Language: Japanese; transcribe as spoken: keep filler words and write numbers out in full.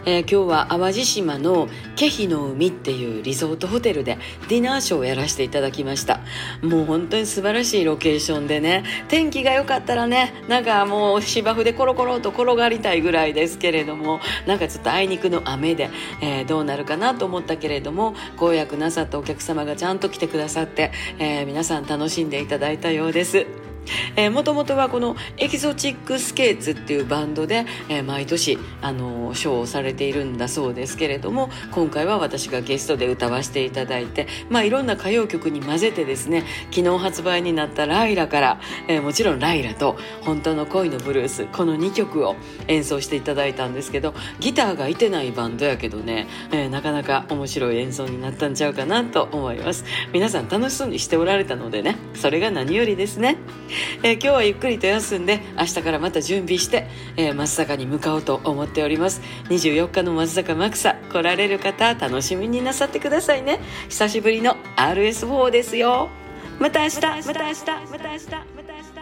えー、今日は淡路島の気比の海っていうリゾートホテルでディナーショーをやらせていただきました。もう本当に素晴らしいロケーションでね、天気が良かったらね、なんかもう芝生でコロコロと転がりたいぐらいですけれども、なんかちょっとあいにくの雨で、えー、どうなるかなと思ったけれども、ご予約なさったお客様がちゃんと来てくださって、えー、皆さん楽しんでいただいたようです。えー、もともとはこのエキゾチックスケーツっていうバンドで、えー、毎年あのショーをされているんだそうですけれども、今回は私がゲストで歌わせていただいて、まあ、いろんな歌謡曲に混ぜてですね、昨日発売になったライラから、えー、もちろんライラと本当の恋のブルース、このにきょくを演奏していただいたんですけど、ギターがいてないバンドやけどね、えー、なかなか面白い演奏になったんちゃうかなと思います。皆さん楽しそうにしておられたのでね、それが何よりですね。えー、今日はゆっくりと休んで、明日からまた準備して、えー、松坂に向かおうと思っております。にじゅうよっかの松坂マクサ、来られる方楽しみになさってくださいね。久しぶりの アールエスフォー ですよ。また明日、また明日、また明日、また明日。